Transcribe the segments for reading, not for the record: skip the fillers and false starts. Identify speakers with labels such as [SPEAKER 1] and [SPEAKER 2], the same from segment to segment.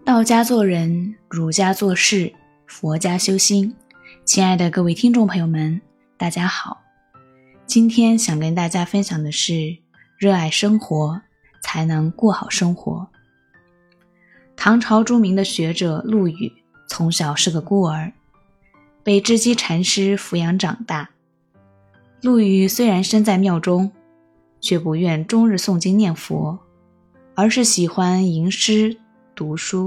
[SPEAKER 1] 道家做人，儒家做事，佛家修心。亲爱的各位听众朋友们，大家好。今天想跟大家分享的是，热爱生活，才能过好生活。唐朝著名的学者陆羽，从小是个孤儿，被智积禅师抚养长大。陆羽虽然身在庙中，却不愿终日诵经念佛，而是喜欢吟诗读书。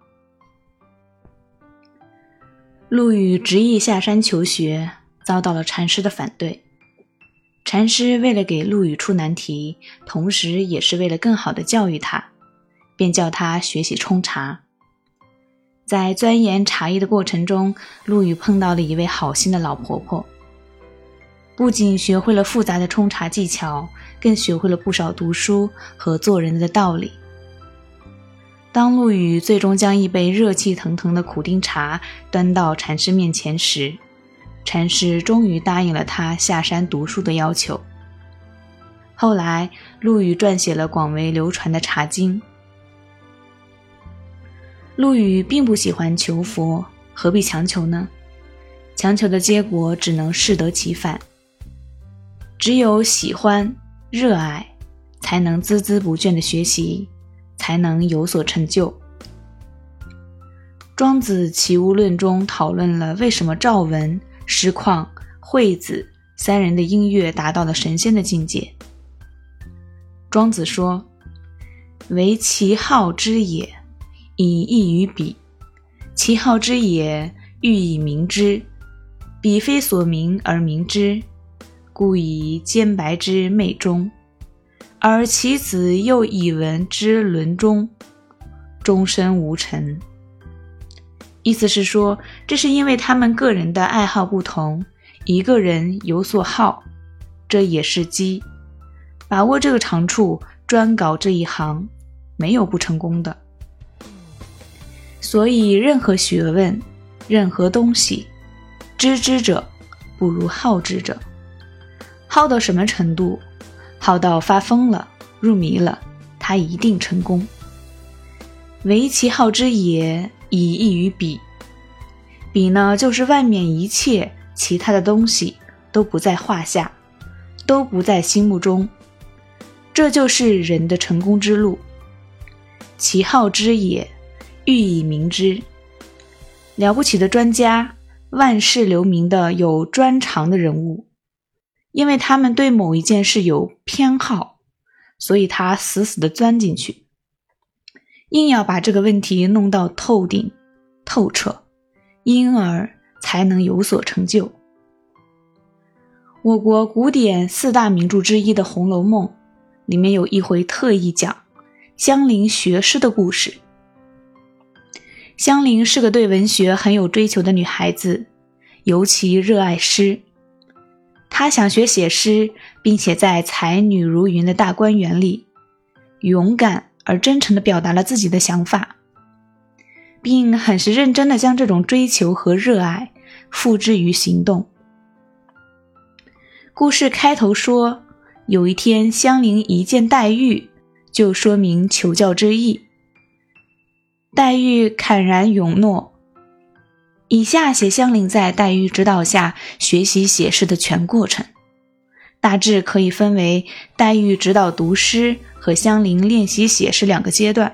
[SPEAKER 1] 陆羽执意下山求学，遭到了禅师的反对。禅师为了给陆羽出难题，同时也是为了更好地教育他，便叫他学习冲茶。在钻研茶艺的过程中，陆羽碰到了一位好心的老婆婆，不仅学会了复杂的冲茶技巧，更学会了不少读书和做人的道理。当陆羽最终将一杯热气腾腾的苦丁茶端到禅师面前时，禅师终于答应了他下山读书的要求。后来陆羽撰写了广为流传的茶经。陆羽并不喜欢求佛，何必强求呢？强求的结果只能适得其反。只有喜欢热爱，才能孜孜不倦地学习，才能有所成就。庄子齐物论中讨论了为什么赵文、师旷、惠子三人的音乐达到了神仙的境界。庄子说，惟其好之也，以异于彼，其好之也，欲以明之，彼非所明而明之，故以兼白之昧中，而其子又以文之伦中，终身无成。意思是说，这是因为他们个人的爱好不同，一个人有所好，这也是机，把握这个长处，专搞这一行，没有不成功的。所以任何学问，任何东西，知之者不如好之者。好到什么程度？好到发疯了，入迷了，他一定成功。惟其好之也，以异于彼。彼呢，就是外面一切其他的东西都不在话下，都不在心目中。这就是人的成功之路。其好之也，欲以明之。了不起的专家，万世留名的有专长的人物，因为他们对某一件事有偏好，所以他死死地钻进去，硬要把这个问题弄到透顶透彻，因而才能有所成就。我国古典四大名著之一的《红楼梦》里面有一回特意讲香菱学诗的故事。香菱是个对文学很有追求的女孩子，尤其热爱诗。她想学写诗，并且在才女如云的大观园里，勇敢而真诚地表达了自己的想法，并很是认真地将这种追求和热爱付之于行动。故事开头说，有一天香菱一见黛玉，就说明求教之意。黛玉侃然允诺。以下写香菱在黛玉指导下学习写诗的全过程，大致可以分为黛玉指导读诗和香菱练习写诗两个阶段。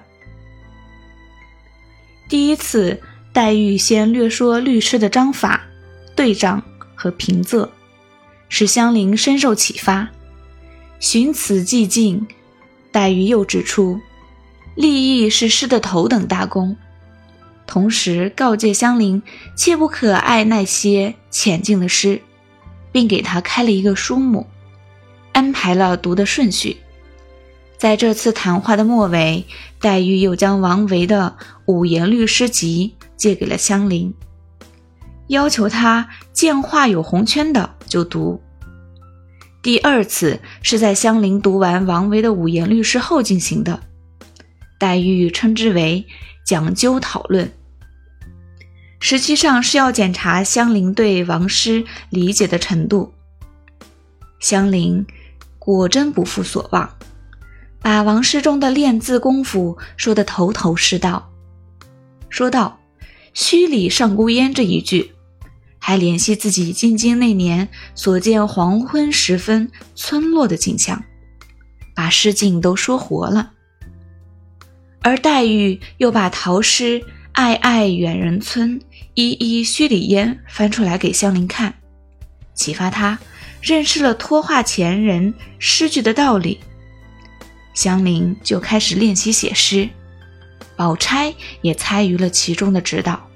[SPEAKER 1] 第一次，黛玉先略说律诗的章法、对仗和平仄，使香菱深受启发。寻此寂静，黛玉又指出，立意是诗的头等大功，同时告诫香菱切不可爱那些浅近的诗，并给她开了一个书目，安排了读的顺序。在这次谈话的末尾，黛玉又将王维的五言律诗集借给了香菱，要求她见画有红圈的就读。第二次是在香菱读完王维的五言律诗后进行的，黛玉称之为讲究讨论，实际上是要检查香菱对王诗理解的程度。香菱果真不负所望，把王诗中的练字功夫说得头头是道。 说道：“虚里上孤烟”这一句，还联系自己进京那年所见黄昏时分村落的景象，把诗境都说活了。而黛玉又把陶诗“爱爱远人村，依依墟里烟”翻出来给香菱看，启发他认识了托画前人诗句的道理。香菱就开始练习写诗，宝钗也参与了其中的指导。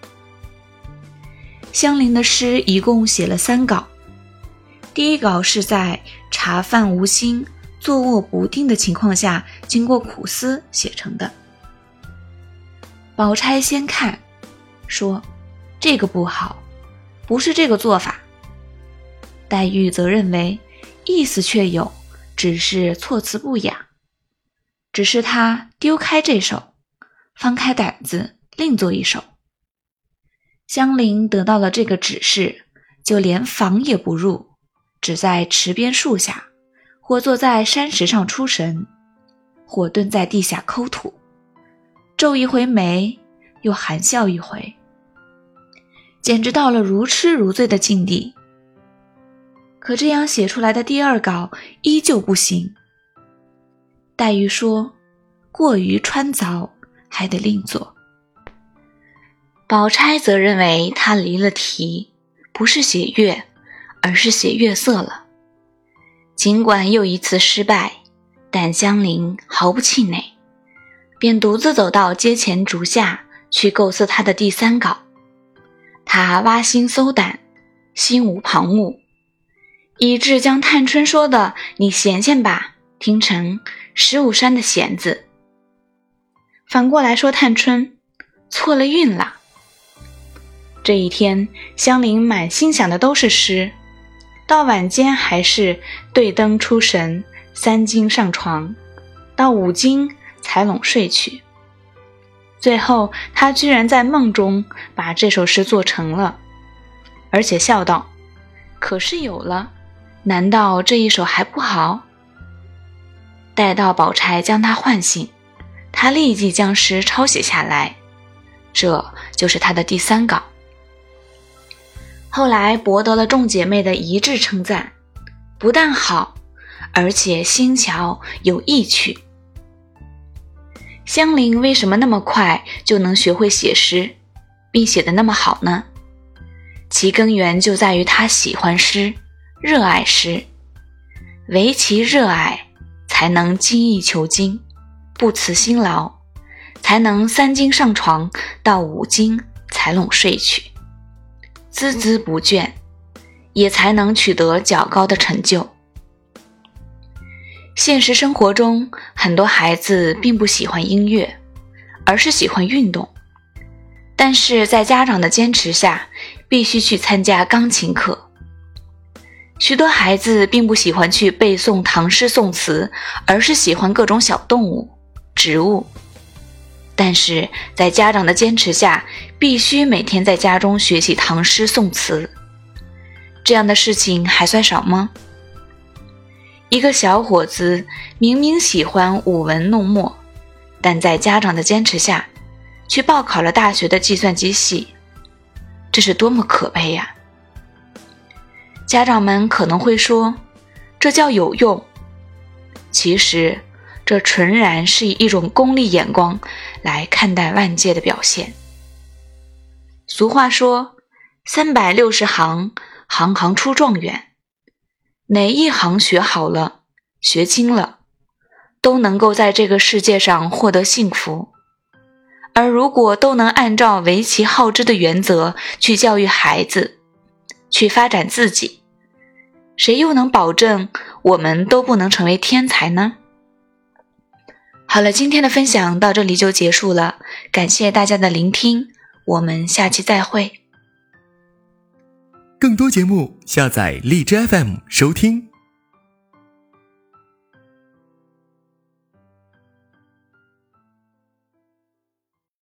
[SPEAKER 1] 香菱的诗一共写了3稿，第一稿是在茶饭无心、坐卧不定的情况下，经过苦思写成的。宝钗先看，说这个不好，不是这个做法。黛玉则认为意思确有，只是措辞不雅，只是他丢开这首，放开胆子另做一首。香菱得到了这个指示，就连房也不入，只在池边树下，或坐在山石上出神，或蹲在地下抠土，皱一回眉，又含笑一回，简直到了如痴如醉的境地。可这样写出来的第2稿依旧不行。黛玉说过于穿凿，还得另做。宝钗则认为他离了题，不是写月，而是写月色了。尽管又一次失败，但香菱毫不气馁，便独自走到阶前竹下去构思他的第3稿。他挖心搜胆，心无旁骛，以致将探春说的“你闲闲吧”听成15山的闲字，反过来说探春错了韵了。这一天，香菱满心想的都是诗，到晚间还是对灯出神，3更上床，到5更才拢睡去。最后他居然在梦中把这首诗做成了，而且笑道：“可是有了，难道这一首还不好？”待到宝钗将他唤醒，他立即将诗抄写下来，这就是他的第3稿。后来博得了众姐妹的一致称赞，不但好，而且新巧有意趣。香菱为什么那么快就能学会写诗，并写得那么好呢？其根源就在于她喜欢诗，热爱诗，唯其热爱，才能精益求精，不辞辛劳，才能3更上床，到5更才拢睡去，孜孜不倦，也才能取得较高的成就。现实生活中，很多孩子并不喜欢音乐，而是喜欢运动，但是在家长的坚持下，必须去参加钢琴课。许多孩子并不喜欢去背诵唐诗宋词，而是喜欢各种小动物、植物，但是在家长的坚持下，必须每天在家中学习唐诗宋词。这样的事情还算少吗？一个小伙子明明喜欢舞文弄墨，但在家长的坚持下，去报考了大学的计算机系，这是多么可悲呀！家长们可能会说，这叫有用。其实，这纯然是以一种功利眼光来看待万界的表现。俗话说，360行，行行出状元。哪一行学好了，学精了，都能够在这个世界上获得幸福。而如果都能按照为其好之的原则去教育孩子，去发展自己，谁又能保证我们都不能成为天才呢？好了，今天的分享到这里就结束了，感谢大家的聆听，我们下期再会。
[SPEAKER 2] 更多节目下载荔枝 FM 收听。